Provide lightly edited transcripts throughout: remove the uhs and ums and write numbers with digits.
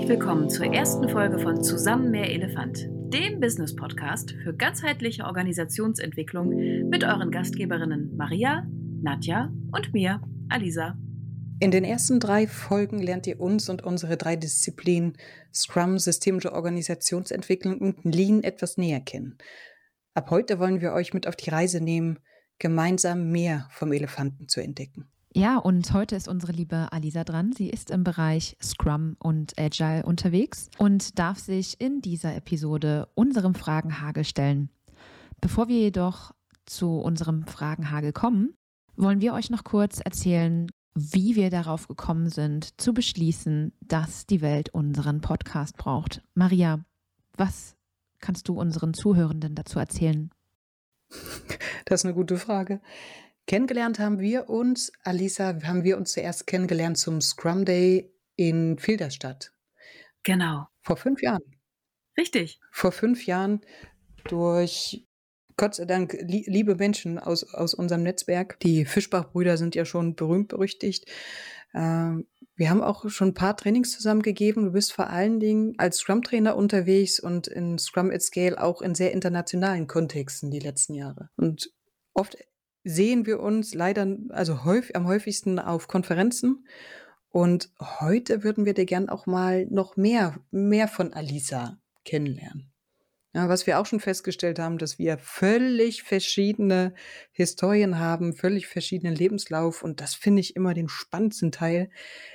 Herzlich willkommen zur ersten Folge von Zusammen mehr Elefant, dem Business-Podcast für ganzheitliche Organisationsentwicklung mit euren Gastgeberinnen Maria, Nadja und mir, Alisa. In den ersten 3 Folgen lernt ihr uns und unsere 3 Disziplinen Scrum, systemische Organisationsentwicklung und Lean etwas näher kennen. Ab heute wollen wir euch mit auf die Reise nehmen, gemeinsam mehr vom Elefanten zu entdecken. Ja, und heute ist unsere liebe Alisa dran. Sie ist im Bereich Scrum und Agile unterwegs und darf sich in dieser Episode unserem Fragenhagel stellen. Bevor wir jedoch zu unserem Fragenhagel kommen, wollen wir euch noch kurz erzählen, wie wir darauf gekommen sind, zu beschließen, dass die Welt unseren Podcast braucht. Maria, was kannst du unseren Zuhörenden dazu erzählen? Das ist eine gute Frage. Kennengelernt haben wir uns, Alisa, zuerst kennengelernt zum Scrum Day in Filderstadt. Genau. Vor 5 Jahren. Richtig. Vor 5 Jahren durch Gott sei Dank liebe Menschen aus unserem Netzwerk. Die Fischbach-Brüder sind ja schon berühmt-berüchtigt. Wir haben auch schon ein paar Trainings zusammen gegeben. Du bist vor allen Dingen als Scrum-Trainer unterwegs und in Scrum at Scale auch in sehr internationalen Kontexten die letzten Jahre. Und oft sehen wir uns leider am häufigsten auf Konferenzen. Und heute würden wir dir gern auch mal noch mehr von Alisa kennenlernen. Ja, was wir auch schon festgestellt haben, dass wir völlig verschiedene Historien haben, völlig verschiedenen Lebenslauf. Und das finde ich immer den spannendsten Teil.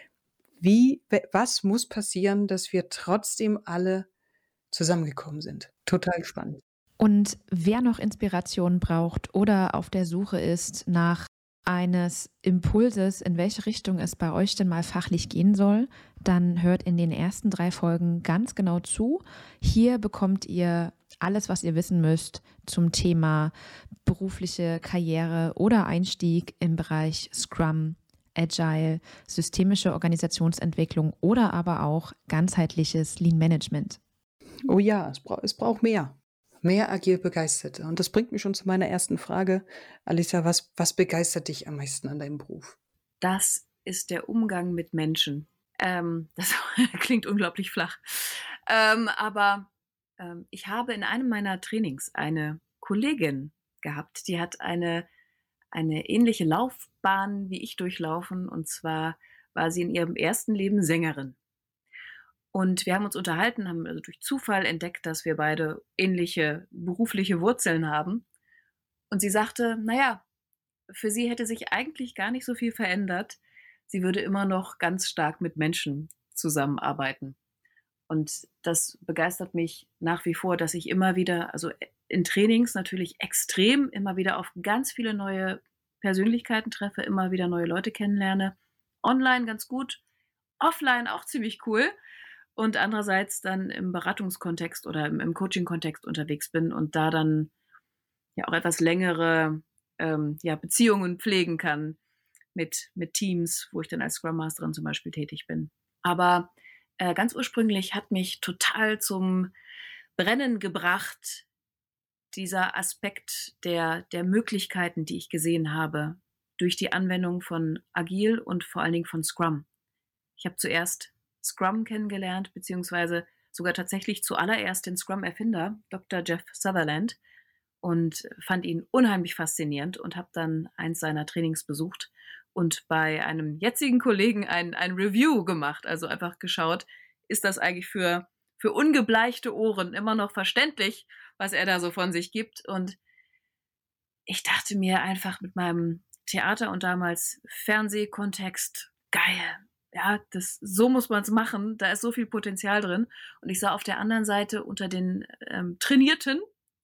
Was muss passieren, dass wir trotzdem alle zusammengekommen sind? Total spannend. Und wer noch Inspiration braucht oder auf der Suche ist nach eines Impulses, in welche Richtung es bei euch denn mal fachlich gehen soll, dann hört in den ersten 3 Folgen ganz genau zu. Hier bekommt ihr alles, was ihr wissen müsst zum Thema berufliche Karriere oder Einstieg im Bereich Scrum, Agile, systemische Organisationsentwicklung oder aber auch ganzheitliches Lean Management. Oh ja, es braucht mehr. Mehr agil Begeisterte. Und das bringt mich schon zu meiner ersten Frage. Alisa, was begeistert dich am meisten an deinem Beruf? Das ist der Umgang mit Menschen. Das klingt unglaublich flach. Aber ich habe in einem meiner Trainings eine Kollegin gehabt, die hat eine ähnliche Laufbahn wie ich durchlaufen. Und zwar war sie in ihrem ersten Leben Sängerin. Und wir haben uns unterhalten, haben also durch Zufall entdeckt, dass wir beide ähnliche berufliche Wurzeln haben. Und sie sagte, naja, für sie hätte sich eigentlich gar nicht so viel verändert. Sie würde immer noch ganz stark mit Menschen zusammenarbeiten. Und das begeistert mich nach wie vor, dass ich immer wieder, also in Trainings natürlich extrem, immer wieder auf ganz viele neue Persönlichkeiten treffe, immer wieder neue Leute kennenlerne. Online ganz gut, offline auch ziemlich cool. Und andererseits dann im Beratungskontext oder im Coaching-Kontext unterwegs bin und da dann ja auch etwas längere Beziehungen pflegen kann mit Teams, wo ich dann als Scrum Masterin zum Beispiel tätig bin. Aber ganz ursprünglich hat mich total zum Brennen gebracht dieser Aspekt der Möglichkeiten, die ich gesehen habe durch die Anwendung von Agil und vor allen Dingen von Scrum. Ich habe zuerst Scrum kennengelernt, beziehungsweise sogar tatsächlich zuallererst den Scrum-Erfinder, Dr. Jeff Sutherland, und fand ihn unheimlich faszinierend und habe dann eins seiner Trainings besucht und bei einem jetzigen Kollegen ein Review gemacht, also einfach geschaut, ist das eigentlich für ungebleichte Ohren immer noch verständlich, was er da so von sich gibt. Und ich dachte mir einfach mit meinem Theater- und damals Fernsehkontext, geil. Ja, so muss man es machen. Da ist so viel Potenzial drin. Und ich sah auf der anderen Seite unter den Trainierten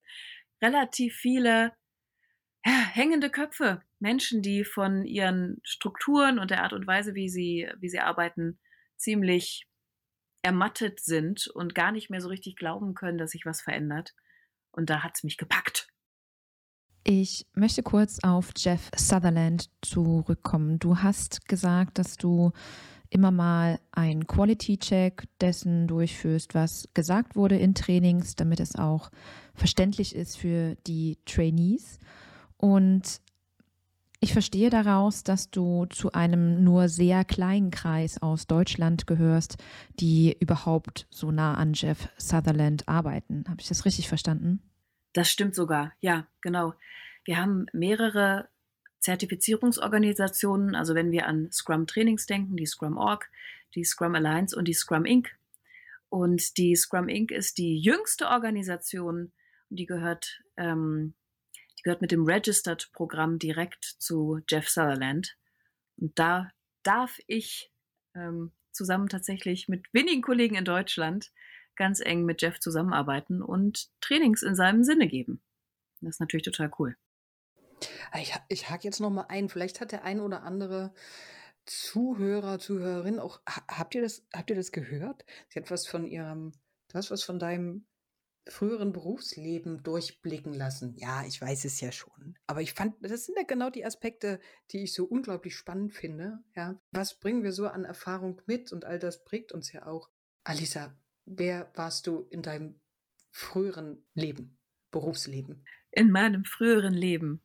relativ viele hängende Köpfe. Menschen, die von ihren Strukturen und der Art und Weise, wie sie arbeiten, ziemlich ermattet sind und gar nicht mehr so richtig glauben können, dass sich was verändert. Und da hat's mich gepackt. Ich möchte kurz auf Jeff Sutherland zurückkommen. Du hast gesagt, dass du immer mal einen Quality-Check dessen durchführst, was gesagt wurde in Trainings, damit es auch verständlich ist für die Trainees. Und Ich verstehe daraus, dass du zu einem nur sehr kleinen Kreis aus Deutschland gehörst, die überhaupt so nah an Jeff Sutherland arbeiten. Habe ich das richtig verstanden? Das stimmt sogar, ja, genau. Wir haben mehrere Zertifizierungsorganisationen, also wenn wir an Scrum-Trainings denken, die Scrum.org, die Scrum Alliance und die Scrum Inc. Und die Scrum Inc. ist die jüngste Organisation, die gehört mit dem Registered-Programm direkt zu Jeff Sutherland. Und da darf ich zusammen tatsächlich mit wenigen Kollegen in Deutschland ganz eng mit Jeff zusammenarbeiten und Trainings in seinem Sinne geben. Das ist natürlich total cool. Ich hake jetzt noch mal ein. Vielleicht hat der ein oder andere Zuhörer, Zuhörerin auch. Habt ihr das gehört? Du hast was von deinem früheren Berufsleben durchblicken lassen. Ja, ich weiß es ja schon. Aber ich fand, das sind ja genau die Aspekte, die ich so unglaublich spannend finde. Ja, was bringen wir so an Erfahrung mit? Und all das prägt uns ja auch. Alisa, wer warst du in deinem früheren Leben, Berufsleben? In meinem früheren Leben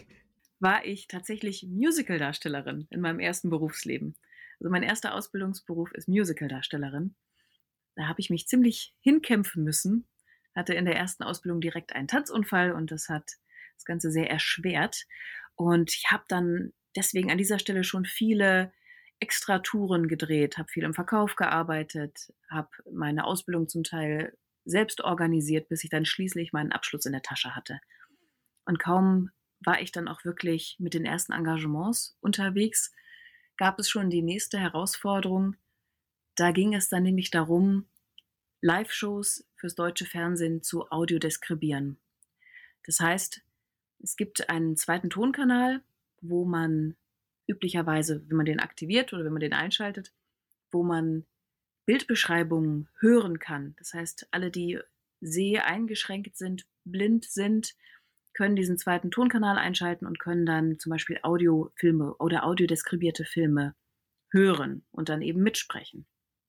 war ich tatsächlich Musicaldarstellerin in meinem ersten Berufsleben. Also mein erster Ausbildungsberuf ist Musicaldarstellerin. Da habe ich mich ziemlich hinkämpfen müssen. Hatte in der ersten Ausbildung direkt einen Tanzunfall und das hat das Ganze sehr erschwert. Und ich habe dann deswegen an dieser Stelle schon viele Extratouren gedreht, habe viel im Verkauf gearbeitet, habe meine Ausbildung zum Teil selbst organisiert, bis ich dann schließlich meinen Abschluss in der Tasche hatte. Und kaum war ich dann auch wirklich mit den ersten Engagements unterwegs, gab es schon die nächste Herausforderung. Da ging es dann nämlich darum, Live-Shows fürs deutsche Fernsehen zu audiodeskribieren. Das heißt, es gibt einen zweiten Tonkanal, wo man üblicherweise, wenn man den aktiviert oder wenn man den einschaltet, wo man Bildbeschreibungen hören kann. Das heißt, alle, die seheingeschränkt sind, blind sind, können diesen zweiten Tonkanal einschalten und können dann zum Beispiel Audiofilme oder audiodeskribierte Filme hören und dann eben mitsprechen.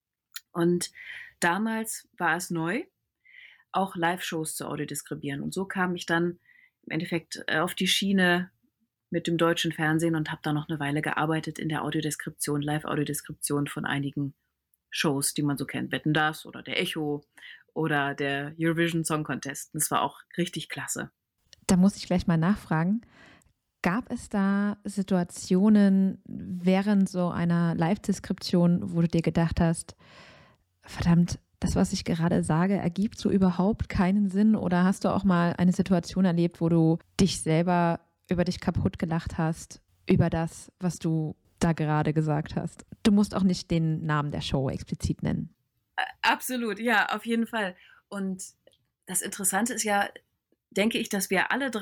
Und damals war es neu, auch Live-Shows zu audiodeskribieren. Und so kam ich dann im Endeffekt auf die Schiene mit dem deutschen Fernsehen und habe da noch eine Weile gearbeitet in der Audiodeskription, Live-Audiodeskription von einigen Shows, die man so kennt. Wetten, das oder der Echo oder der Eurovision Song Contest. Das war auch richtig klasse. Da muss ich gleich mal nachfragen. Gab es da Situationen während so einer Live-Deskription, wo du dir gedacht hast, verdammt, das, was ich gerade sage, ergibt so überhaupt keinen Sinn? Oder hast du auch mal eine Situation erlebt, wo du dich selber über dich kaputt gelacht hast, über das, was du da gerade gesagt hast? Du musst auch nicht den Namen der Show explizit nennen. Absolut, ja, auf jeden Fall. Und das Interessante ist ja, denke ich, dass wir alle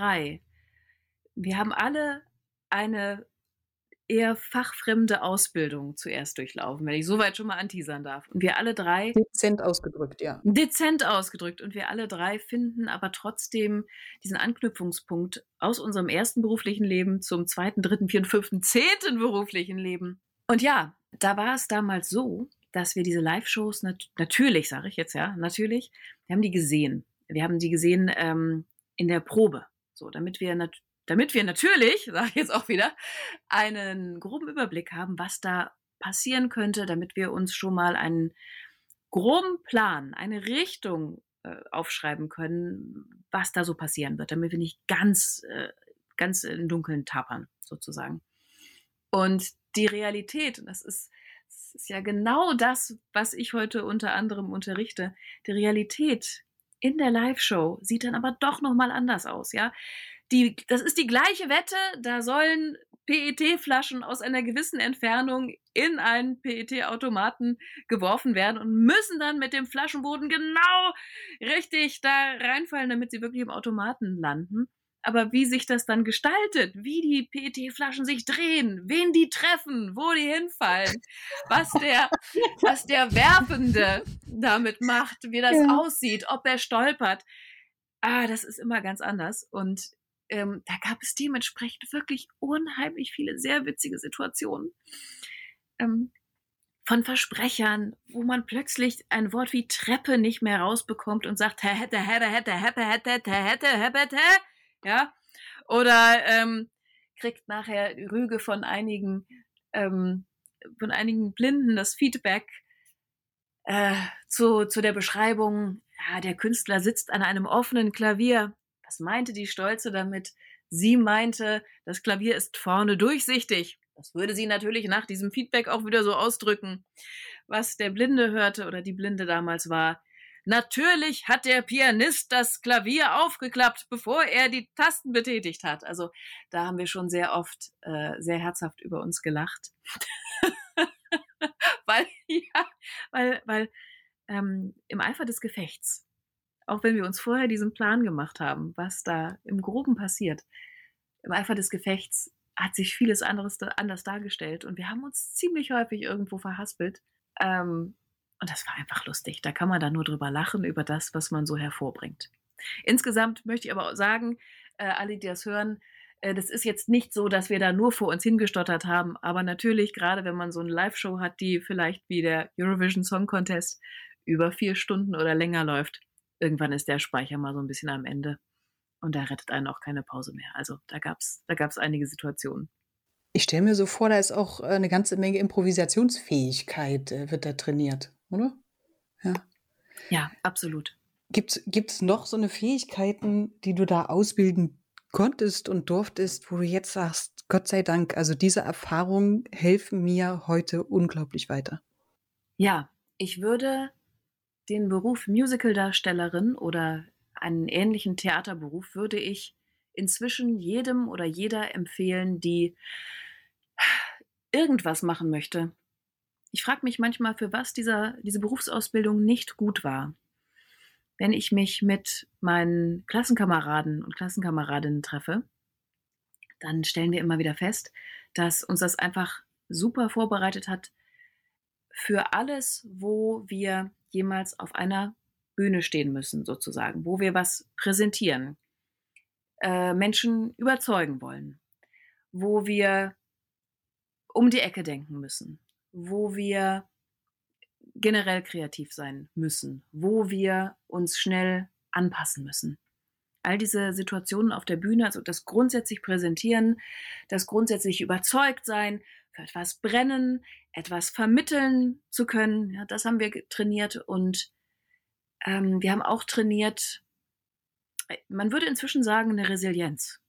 haben alle eine eher fachfremde Ausbildung zuerst durchlaufen, wenn ich soweit schon mal anteasern darf. Und wir alle drei... Dezent ausgedrückt, ja. Dezent ausgedrückt. Und wir alle drei finden aber trotzdem diesen Anknüpfungspunkt aus unserem ersten beruflichen Leben zum zweiten, dritten, vierten, fünften, zehnten beruflichen Leben. Und ja, da war es damals so, dass wir diese Live-Shows natürlich, sage ich jetzt, ja, natürlich, wir haben die gesehen. Wir haben die gesehen in der Probe. So, damit wir natürlich, sage ich jetzt auch wieder, einen groben Überblick haben, was da passieren könnte, damit wir uns schon mal einen groben Plan, eine Richtung aufschreiben können, was da so passieren wird, damit wir nicht ganz im Dunkeln tapern, sozusagen. Und die Realität, und das ist ja genau das, was ich heute unter anderem unterrichte, die Realität in der Live-Show sieht dann aber doch nochmal anders aus, ja. Das ist die gleiche Wette, da sollen PET-Flaschen aus einer gewissen Entfernung in einen PET-Automaten geworfen werden und müssen dann mit dem Flaschenboden genau richtig da reinfallen, damit sie wirklich im Automaten landen. Aber wie sich das dann gestaltet, wie die PET-Flaschen sich drehen, wen die treffen, wo die hinfallen, was der Werfende damit macht, wie das aussieht, ob er stolpert, das ist immer ganz anders. Und da gab es dementsprechend wirklich unheimlich viele sehr witzige Situationen von Versprechern, wo man plötzlich ein Wort wie Treppe nicht mehr rausbekommt und sagt, hätte, ja, oder kriegt nachher Rüge von einigen Blinden das Feedback zu der Beschreibung, ja, der Künstler sitzt an einem offenen Klavier. Was meinte die Stolze damit? Sie meinte, das Klavier ist vorne durchsichtig. Das würde sie natürlich nach diesem Feedback auch wieder so ausdrücken. Was der Blinde hörte oder die Blinde damals war: Natürlich hat der Pianist das Klavier aufgeklappt, bevor er die Tasten betätigt hat. Also da haben wir schon sehr oft sehr herzhaft über uns gelacht. weil im Eifer des Gefechts, auch wenn wir uns vorher diesen Plan gemacht haben, was da im Groben passiert, im Eifer des Gefechts hat sich vieles anderes anders dargestellt und wir haben uns ziemlich häufig irgendwo verhaspelt. Und das war einfach lustig. Da kann man dann nur drüber lachen, über das, was man so hervorbringt. Insgesamt möchte ich aber auch sagen, alle, die das hören, das ist jetzt nicht so, dass wir da nur vor uns hingestottert haben, aber natürlich, gerade wenn man so eine Live-Show hat, die vielleicht wie der Eurovision Song Contest über 4 Stunden oder länger läuft, irgendwann ist der Speicher mal so ein bisschen am Ende und da rettet einen auch keine Pause mehr. Also da gab's einige Situationen. Ich stelle mir so vor, da ist auch eine ganze Menge Improvisationsfähigkeit wird da trainiert, oder? Ja. Ja, absolut. Gibt's noch so eine Fähigkeiten, die du da ausbilden konntest und durftest, wo du jetzt sagst, Gott sei Dank, also diese Erfahrungen helfen mir heute unglaublich weiter? Ja, ich würde den Beruf Musicaldarstellerin oder einen ähnlichen Theaterberuf würde ich inzwischen jedem oder jeder empfehlen, die irgendwas machen möchte. Ich frage mich manchmal, für was diese Berufsausbildung nicht gut war. Wenn ich mich mit meinen Klassenkameraden und Klassenkameradinnen treffe, dann stellen wir immer wieder fest, dass uns das einfach super vorbereitet hat für alles, wo wir jemals auf einer Bühne stehen müssen, sozusagen, wo wir was präsentieren, Menschen überzeugen wollen, wo wir um die Ecke denken müssen, wo wir generell kreativ sein müssen, wo wir uns schnell anpassen müssen. All diese Situationen auf der Bühne, also das grundsätzlich Präsentieren, das grundsätzlich überzeugt sein, für etwas brennen, etwas vermitteln zu können, ja, das haben wir trainiert und wir haben auch trainiert, man würde inzwischen sagen, eine Resilienz.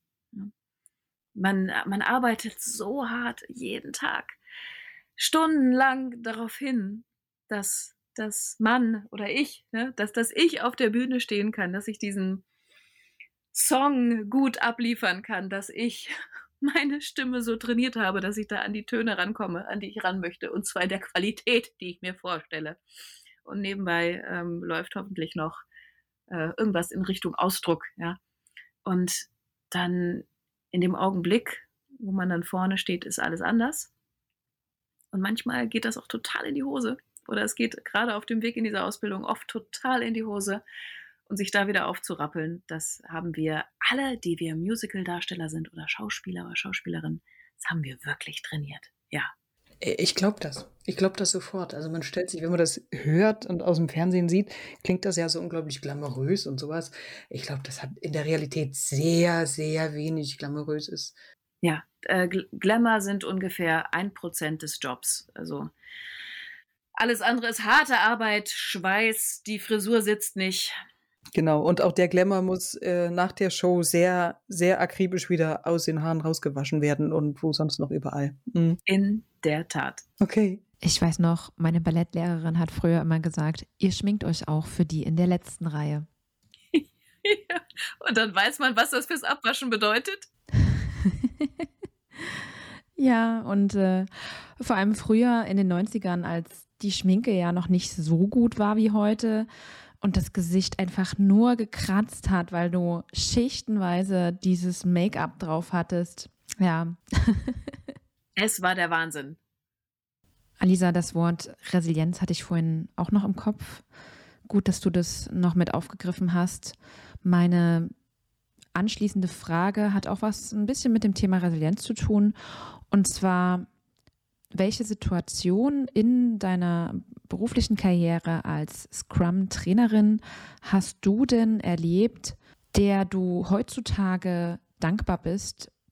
Man arbeitet so hart jeden Tag, stundenlang darauf hin, dass man oder ich, ne, dass ich auf der Bühne stehen kann, dass ich diesen Song gut abliefern kann, dass ich meine Stimme so trainiert habe, dass ich da an die Töne rankomme, an die ich ran möchte, und zwar in der Qualität, die ich mir vorstelle. Und nebenbei läuft hoffentlich noch irgendwas in Richtung Ausdruck, ja. Und dann in dem Augenblick, wo man dann vorne steht, ist alles anders. Und manchmal geht das auch total in die Hose. Oder es geht gerade auf dem Weg in diese Ausbildung oft total in die Hose. Und sich da wieder aufzurappeln, das haben wir alle, die wir Musical-Darsteller sind oder Schauspieler oder Schauspielerin, das haben wir wirklich trainiert, ja. Ich glaube das. Ich glaube das sofort. Also man stellt sich, wenn man das hört und aus dem Fernsehen sieht, klingt das ja so unglaublich glamourös und sowas. Ich glaube, das hat in der Realität sehr, sehr wenig Glamouröses. Ja, Glamour sind ungefähr 1% des Jobs. Also alles andere ist harte Arbeit, Schweiß, die Frisur sitzt nicht. Genau, und auch der Glamour muss nach der Show sehr, sehr akribisch wieder aus den Haaren rausgewaschen werden und wo sonst noch überall. Mhm. In der Tat. Okay. Ich weiß noch, meine Ballettlehrerin hat früher immer gesagt, ihr schminkt euch auch für die in der letzten Reihe. Ja, und dann weiß man, was das fürs Abwaschen bedeutet. Ja, und vor allem früher in den 90ern, als die Schminke ja noch nicht so gut war wie heute und das Gesicht einfach nur gekratzt hat, weil du schichtenweise dieses Make-up drauf hattest. Ja. Es war der Wahnsinn. Alisa, das Wort Resilienz hatte ich vorhin auch noch im Kopf. Gut, dass du das noch mit aufgegriffen hast. Meine anschließende Frage hat auch was ein bisschen mit dem Thema Resilienz zu tun. Und zwar, welche Situation in deiner beruflichen Karriere als Scrum-Trainerin hast du denn erlebt, der du heutzutage dankbar bist,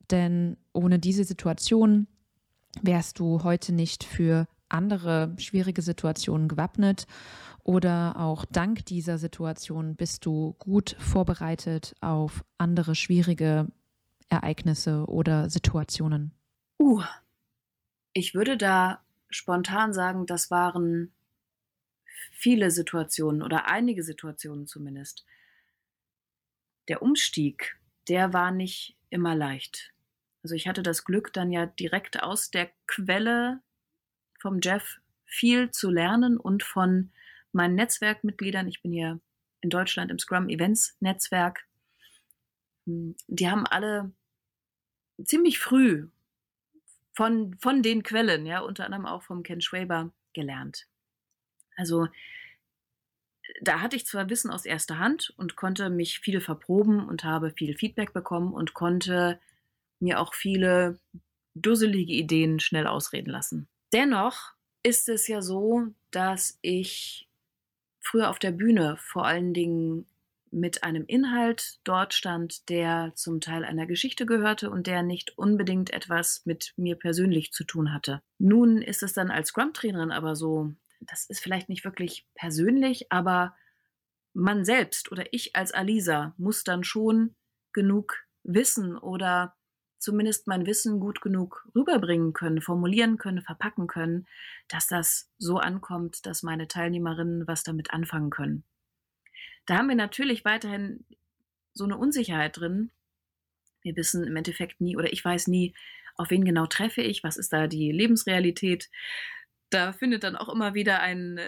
denn ohne diese Situation wärst du heute nicht für andere schwierige Situationen gewappnet oder auch dank dieser Situation bist du gut vorbereitet auf andere schwierige Ereignisse oder Situationen? Ich würde da spontan sagen, das waren viele Situationen oder einige Situationen zumindest. Der Umstieg, der war nicht immer leicht. Also ich hatte das Glück, dann ja direkt aus der Quelle vom Jeff viel zu lernen und von meinen Netzwerkmitgliedern. Ich bin hier in Deutschland im Scrum Events Netzwerk. Die haben alle ziemlich früh von den Quellen, ja, unter anderem auch vom Ken Schwaber gelernt. Also da hatte ich zwar Wissen aus erster Hand und konnte mich viel verproben und habe viel Feedback bekommen und konnte mir auch viele dusselige Ideen schnell ausreden lassen. Dennoch ist es ja so, dass ich früher auf der Bühne vor allen Dingen mit einem Inhalt dort stand, der zum Teil einer Geschichte gehörte und der nicht unbedingt etwas mit mir persönlich zu tun hatte. Nun ist es dann als Scrum-Trainerin aber so, das ist vielleicht nicht wirklich persönlich, aber man selbst oder ich als Alisa muss dann schon genug wissen oder zumindest mein Wissen gut genug rüberbringen können, formulieren können, verpacken können, dass das so ankommt, dass meine Teilnehmerinnen was damit anfangen können. Da haben wir natürlich weiterhin so eine Unsicherheit drin. Wir wissen im Endeffekt nie oder ich weiß nie, auf wen genau treffe ich, was ist da die Lebensrealität. Da findet dann auch immer wieder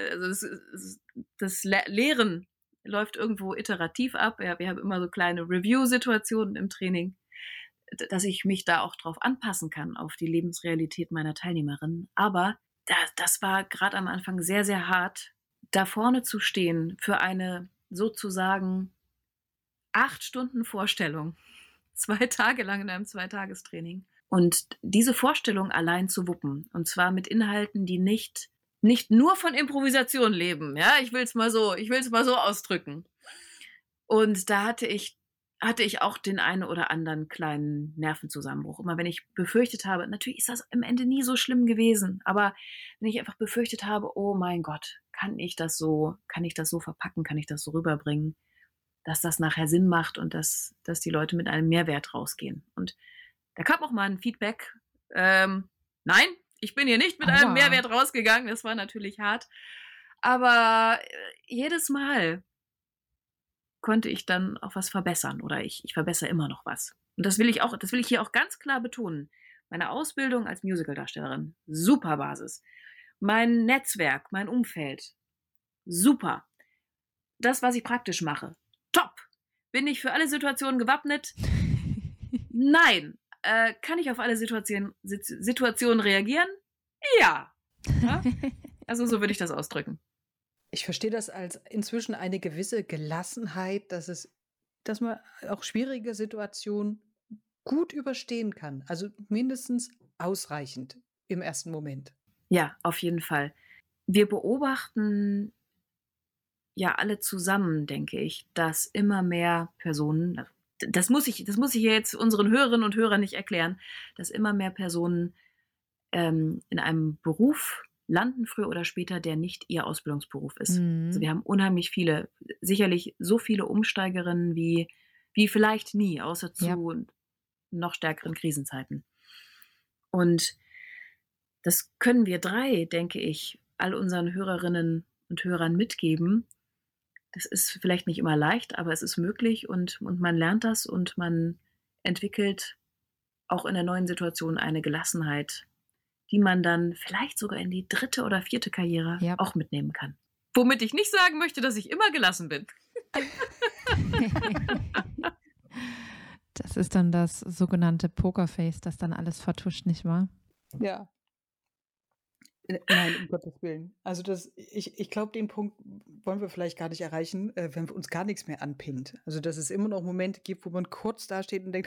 das Lehren läuft irgendwo iterativ ab. Ja, wir haben immer so kleine Review-Situationen im Training, dass ich mich da auch drauf anpassen kann, auf die Lebensrealität meiner Teilnehmerinnen. Aber das war gerade am Anfang sehr, sehr hart, da vorne zu stehen für eine sozusagen 8 Stunden Vorstellung, 2 Tage lang in einem 2-Tagestraining. Und diese Vorstellung allein zu wuppen, und zwar mit Inhalten, die nicht nur von Improvisation leben. Ja, ich will es mal so ausdrücken. Und da hatte ich auch den einen oder anderen kleinen Nervenzusammenbruch. Immer wenn ich befürchtet habe, natürlich ist das am Ende nie so schlimm gewesen, aber wenn ich einfach befürchtet habe, oh mein Gott, kann ich das so verpacken, kann ich das so rüberbringen, dass das nachher Sinn macht und dass die Leute mit einem Mehrwert rausgehen. Und da kam auch mal ein Feedback, nein, ich bin hier nicht mit einem Mehrwert rausgegangen, das war natürlich hart, aber jedes Mal konnte ich dann auch was verbessern oder ich verbessere immer noch was. Und das will ich hier auch ganz klar betonen. Meine Ausbildung als Musicaldarstellerin, super Basis. Mein Netzwerk, mein Umfeld, super. Das, was ich praktisch mache, top. Bin ich für alle Situationen gewappnet? Nein. Kann ich auf alle Situationen reagieren? Ja. Also so würde ich das ausdrücken. Ich verstehe das als inzwischen eine gewisse Gelassenheit, dass man auch schwierige Situationen gut überstehen kann. Also mindestens ausreichend im ersten Moment. Ja, auf jeden Fall. Wir beobachten ja alle zusammen, denke ich, dass immer mehr Personen, das muss ich jetzt unseren Hörerinnen und Hörern nicht erklären, dass immer mehr Personen in einem Beruf landen, früher oder später, der nicht ihr Ausbildungsberuf ist. Also wir haben unheimlich viele, sicherlich so viele Umsteigerinnen wie vielleicht nie, außer zu noch stärkeren Krisenzeiten. Und das können wir 3, denke ich, all unseren Hörerinnen und Hörern mitgeben. Das ist vielleicht nicht immer leicht, aber es ist möglich und man lernt das und man entwickelt auch in der neuen Situation eine Gelassenheit, die man dann vielleicht sogar in die 3. oder 4. Karriere auch mitnehmen kann. Womit ich nicht sagen möchte, dass ich immer gelassen bin. Das ist dann das sogenannte Pokerface, das dann alles vertuscht, nicht wahr? Ja. Nein, um Gottes Willen. Also ich glaube, den Punkt wollen wir vielleicht gar nicht erreichen, wenn uns gar nichts mehr anpinnt. Also dass es immer noch Momente gibt, wo man kurz dasteht und denkt,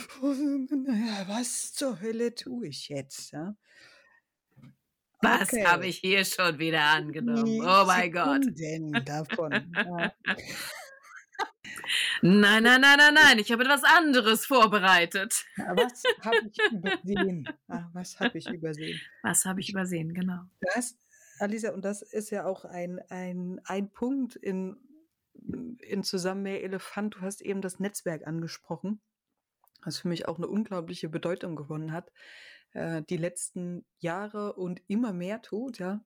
was zur Hölle tue ich jetzt? Ja? Was habe ich hier schon wieder angenommen? Oh mein Gott. Sekunden davon. Ja. Nein, nein, nein, nein, nein, ich habe etwas anderes vorbereitet. Was habe ich übersehen? Was habe ich übersehen? Was habe ich übersehen, genau. Das, Alisa, und das ist ja auch ein Punkt in Zusammen mehr Elefant. Du hast eben das Netzwerk angesprochen, was für mich auch eine unglaubliche Bedeutung gewonnen hat, die letzten Jahre und immer mehr tut. Ja.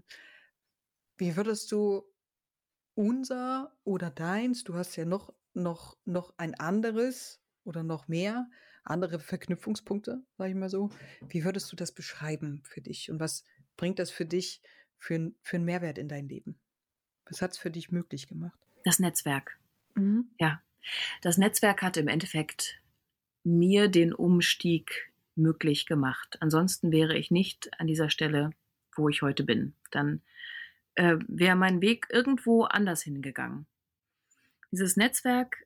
Wie würdest du unser oder deins, du hast ja noch ein anderes oder noch mehr andere Verknüpfungspunkte, sage ich mal so. Wie würdest du das beschreiben für dich? Und was bringt das für dich für einen Mehrwert in dein Leben? Was hat es für dich möglich gemacht? Das Netzwerk. Ja, das Netzwerk hat im Endeffekt mir den Umstieg möglich gemacht. Ansonsten wäre ich nicht an dieser Stelle, wo ich heute bin. Dann wäre mein Weg irgendwo anders hingegangen. Dieses Netzwerk,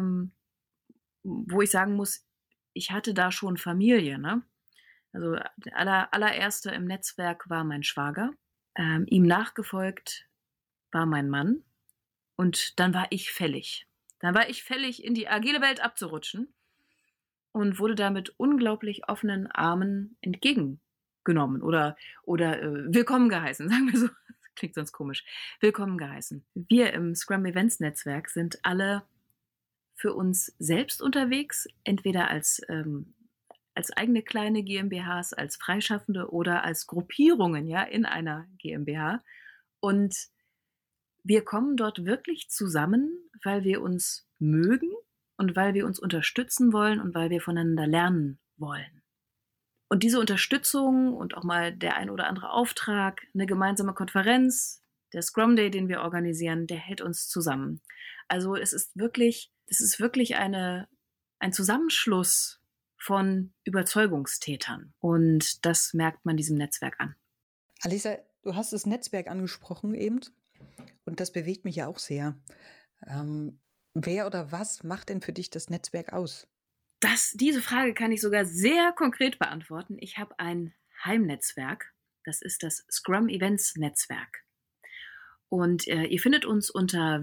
wo ich sagen muss, ich hatte da schon Familie, ne? Also der allererste im Netzwerk war mein Schwager. Ihm nachgefolgt war mein Mann. Und dann war ich fällig. Dann war ich fällig, in die agile Welt abzurutschen und wurde da mit unglaublich offenen Armen entgegengenommen oder willkommen geheißen, sagen wir so. Das klingt sonst komisch. Willkommen geheißen. Wir im Scrum Events Netzwerk sind alle für uns selbst unterwegs, entweder als eigene kleine GmbHs, als Freischaffende oder als Gruppierungen, ja, in einer GmbH. Und wir kommen dort wirklich zusammen, weil wir uns mögen und weil wir uns unterstützen wollen und weil wir voneinander lernen wollen. Und diese Unterstützung und auch mal der ein oder andere Auftrag, eine gemeinsame Konferenz, der Scrum Day, den wir organisieren, der hält uns zusammen. Also es ist wirklich ein Zusammenschluss von Überzeugungstätern. Und das merkt man diesem Netzwerk an. Alisa, du hast das Netzwerk angesprochen eben. Und das bewegt mich ja auch sehr. Wer oder was macht denn für dich das Netzwerk aus? Diese Frage kann ich sogar sehr konkret beantworten. Ich habe ein Heimnetzwerk. Das ist das Scrum Events Netzwerk. Und ihr findet uns unter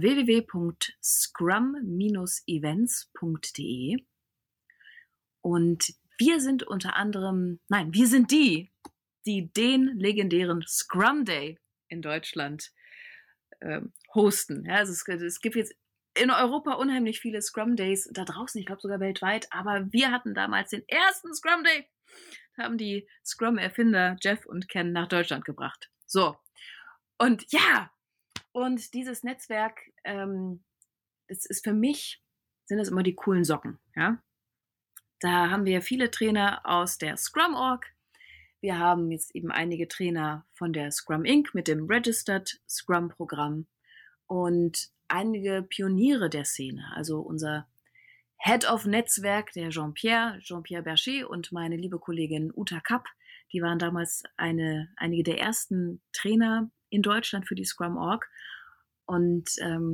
www.scrum-events.de. Und wir sind wir sind die den legendären Scrum Day in Deutschland hosten. Ja, also es gibt jetzt in Europa unheimlich viele Scrum Days da draußen, ich glaube sogar weltweit, aber wir hatten damals den ersten Scrum Day, haben die Scrum-Erfinder Jeff und Ken nach Deutschland gebracht. So, und ja, und dieses Netzwerk, das ist für mich, sind das immer die coolen Socken, ja. Da haben wir viele Trainer aus der Scrum-Org. Wir haben jetzt eben einige Trainer von der Scrum Inc. mit dem Registered Scrum-Programm und einige Pioniere der Szene. Also unser Head of Netzwerk, der Jean-Pierre Berger und meine liebe Kollegin Uta Kapp, die waren damals einige der ersten Trainer in Deutschland für die Scrum-Org. Und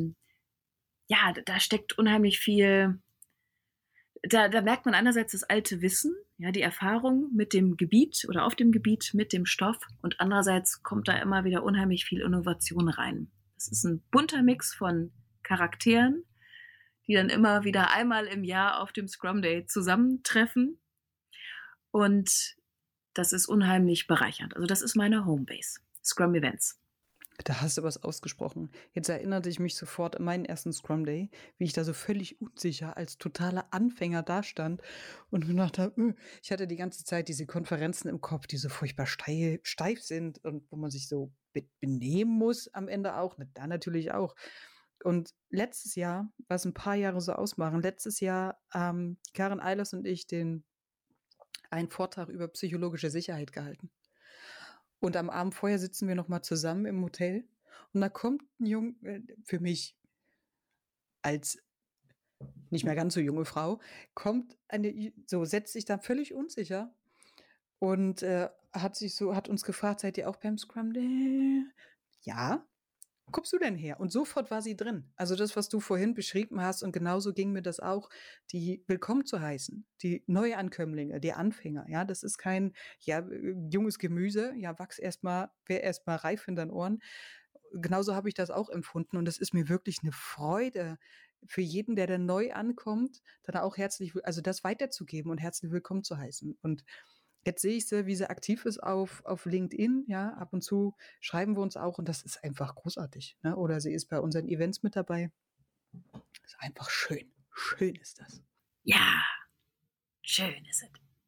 da steckt unheimlich viel. Da merkt man einerseits das alte Wissen, ja, die Erfahrung mit dem Gebiet oder auf dem Gebiet mit dem Stoff und andererseits kommt da immer wieder unheimlich viel Innovation rein. Das ist ein bunter Mix von Charakteren, die dann immer wieder einmal im Jahr auf dem Scrum Day zusammentreffen und das ist unheimlich bereichernd. Also das ist meine Homebase, Scrum Events. Da hast du was ausgesprochen. Jetzt erinnerte ich mich sofort an meinen ersten Scrum Day, wie ich da so völlig unsicher als totaler Anfänger dastand und mir dachte, ich hatte die ganze Zeit diese Konferenzen im Kopf, die so furchtbar steif sind und wo man sich so benehmen muss am Ende auch. Da natürlich auch. Und letztes Jahr, was ein paar Jahre so ausmachen, letztes Jahr Karen Eilers und ich einen Vortrag über psychologische Sicherheit gehalten. Und am Abend vorher sitzen wir nochmal zusammen im Hotel und da kommt für mich als nicht mehr ganz so junge Frau, setzt sich da völlig unsicher und hat uns gefragt, seid ihr auch beim Scrum Day? Ja. Wo kommst du denn her? Und sofort war sie drin. Also das, was du vorhin beschrieben hast, und genauso ging mir das auch, die willkommen zu heißen, die Neuankömmlinge, die Anfänger, ja, das ist kein, junges Gemüse, ja, wär erstmal reif in deinen Ohren. Genauso habe ich das auch empfunden und es ist mir wirklich eine Freude für jeden, der dann neu ankommt, dann auch also das weiterzugeben und herzlich willkommen zu heißen. Und jetzt sehe ich sie, wie sie aktiv ist auf LinkedIn. Ja, ab und zu schreiben wir uns auch und das ist einfach großartig. Ne? Oder sie ist bei unseren Events mit dabei. Das ist einfach schön. Schön ist das. Ja, schön ist es.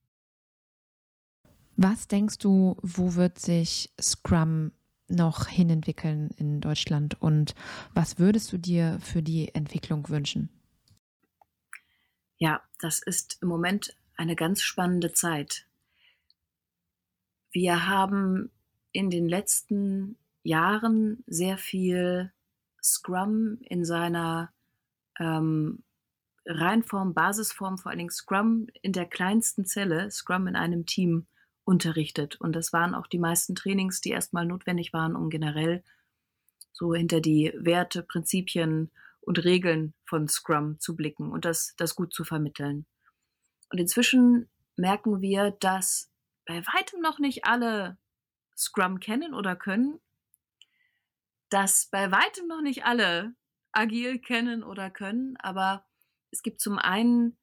Was denkst du, wo wird sich Scrum noch hinentwickeln in Deutschland und was würdest du dir für die Entwicklung wünschen? Ja, das ist im Moment eine ganz spannende Zeit. Wir haben in den letzten Jahren sehr viel Scrum in seiner Reinform, Basisform, vor allen Dingen Scrum in der kleinsten Zelle, Scrum in einem Team unterrichtet. Und das waren auch die meisten Trainings, die erstmal notwendig waren, um generell so hinter die Werte, Prinzipien und Regeln von Scrum zu blicken und das gut zu vermitteln. Und inzwischen merken wir, dass bei weitem noch nicht alle Scrum kennen oder können, dass bei weitem noch nicht alle agil kennen oder können, aber es gibt zum einen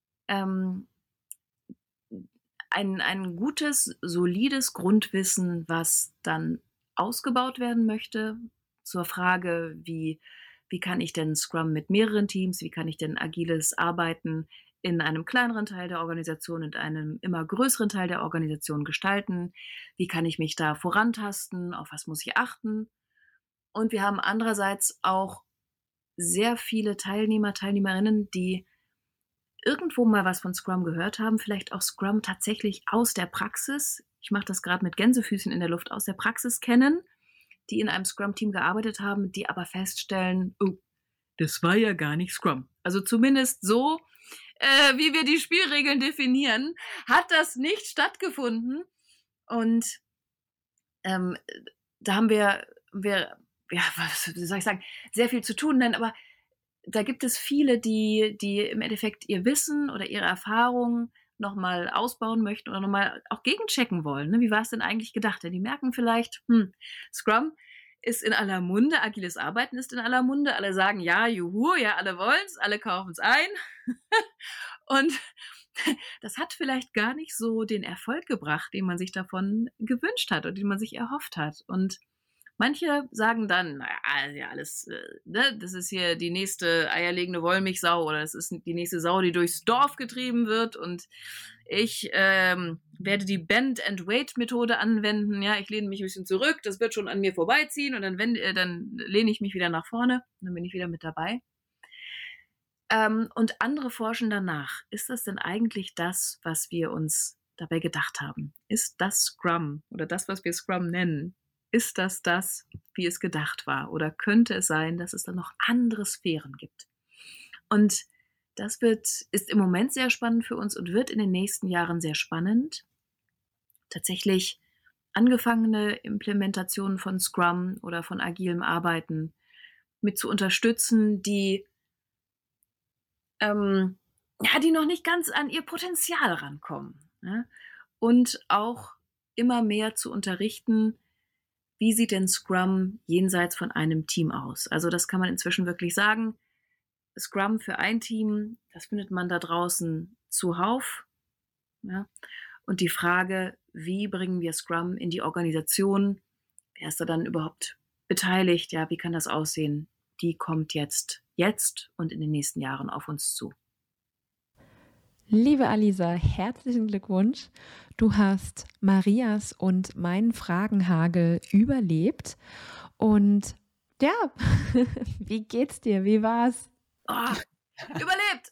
ein gutes, solides Grundwissen, was dann ausgebaut werden möchte, zur Frage, wie kann ich denn Scrum mit mehreren Teams, wie kann ich denn agiles Arbeiten in einem kleineren Teil der Organisation und einem immer größeren Teil der Organisation gestalten, wie kann ich mich da vorantasten, auf was muss ich achten. Und wir haben andererseits auch sehr viele Teilnehmer, Teilnehmerinnen, die irgendwo mal was von Scrum gehört haben, vielleicht auch Scrum tatsächlich aus der Praxis, ich mache das gerade mit Gänsefüßchen in der Luft, aus der Praxis kennen, die in einem Scrum-Team gearbeitet haben, die aber feststellen, oh, das war ja gar nicht Scrum. Also zumindest so, wie wir die Spielregeln definieren, hat das nicht stattgefunden. Und da haben wir, was soll ich sagen, sehr viel zu tun, aber da gibt es viele, die im Endeffekt ihr Wissen oder ihre Erfahrungen nochmal ausbauen möchten oder nochmal auch gegenchecken wollen. Ne? Wie war es denn eigentlich gedacht? Denn die merken vielleicht, Scrum ist in aller Munde, agiles Arbeiten ist in aller Munde. Alle sagen, ja, juhu, ja, alle wollen's, alle kaufen's ein. Und das hat vielleicht gar nicht so den Erfolg gebracht, den man sich davon gewünscht hat oder den man sich erhofft hat. Und manche sagen dann, naja, ja, alles, ne, das ist hier die nächste eierlegende Wollmilchsau oder das ist die nächste Sau, die durchs Dorf getrieben wird und ich werde die Bend-and-Wait-Methode anwenden. Ja, ich lehne mich ein bisschen zurück, das wird schon an mir vorbeiziehen und dann lehne ich mich wieder nach vorne und dann bin ich wieder mit dabei. Und andere forschen danach. Ist das denn eigentlich das, was wir uns dabei gedacht haben? Ist das Scrum oder das, was wir Scrum nennen, ist das, wie es gedacht war? Oder könnte es sein, dass es dann noch andere Sphären gibt? Und das ist im Moment sehr spannend für uns und wird in den nächsten Jahren sehr spannend. Tatsächlich angefangene Implementationen von Scrum oder von agilem Arbeiten mit zu unterstützen, die noch nicht ganz an ihr Potenzial rankommen. Ne? Und auch immer mehr zu unterrichten, wie sieht denn Scrum jenseits von einem Team aus? Also das kann man inzwischen wirklich sagen. Scrum für ein Team, das findet man da draußen zuhauf. Ja? Und die Frage, wie bringen wir Scrum in die Organisation? Wer ist da dann überhaupt beteiligt? Ja, wie kann das aussehen? Die kommt jetzt und in den nächsten Jahren auf uns zu. Liebe Alisa, herzlichen Glückwunsch. Du hast Marias und meinen Fragenhagel überlebt. Und ja, wie geht's dir? Wie war's? Oh, überlebt!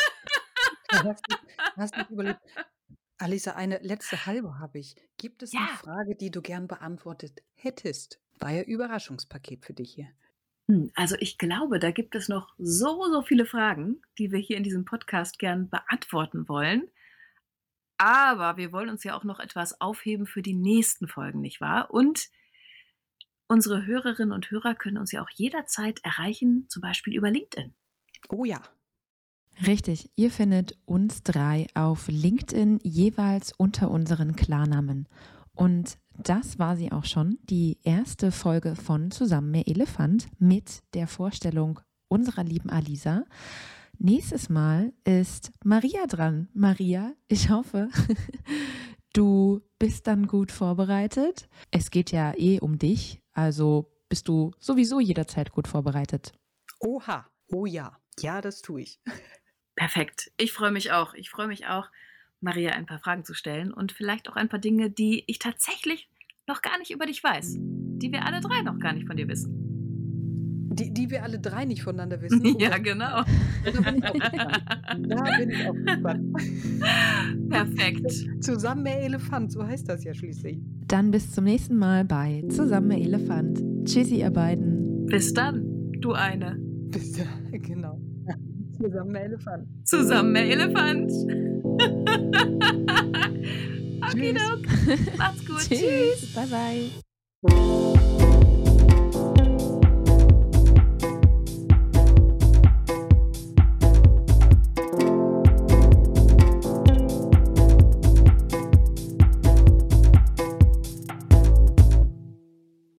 Hast du überlebt? Alisa, eine letzte halbe habe ich. Gibt es eine Frage, die du gern beantwortet hättest? War ja Überraschungspaket für dich hier. Also ich glaube, da gibt es noch so viele Fragen, die wir hier in diesem Podcast gern beantworten wollen. Aber wir wollen uns ja auch noch etwas aufheben für die nächsten Folgen, nicht wahr? Und unsere Hörerinnen und Hörer können uns ja auch jederzeit erreichen, zum Beispiel über LinkedIn. Oh ja. Richtig, ihr findet uns 3 auf LinkedIn jeweils unter unseren Klarnamen. Und das war sie auch schon, die erste Folge von Zusammen mehr Elefant mit der Vorstellung unserer lieben Alisa. Nächstes Mal ist Maria dran. Maria, ich hoffe, du bist dann gut vorbereitet. Es geht ja um dich, also bist du sowieso jederzeit gut vorbereitet. Oha, oh ja. Ja, das tue ich. Perfekt. Ich freue mich auch. Maria ein paar Fragen zu stellen und vielleicht auch ein paar Dinge, die ich tatsächlich noch gar nicht über dich weiß, die wir alle drei noch gar nicht von dir wissen. Die wir alle drei nicht voneinander wissen? Ja, genau. Da bin ich auch gespannt. Perfekt. Zusammen mehr Elefant, so heißt das ja schließlich. Dann bis zum nächsten Mal bei Zusammen mehr Elefant. Tschüssi, ihr beiden. Bis dann, du eine. Genau. Zusammen mehr Elefant. Zusammen mehr Elefant. Okay, macht's gut. Tschüss. Bye, bye.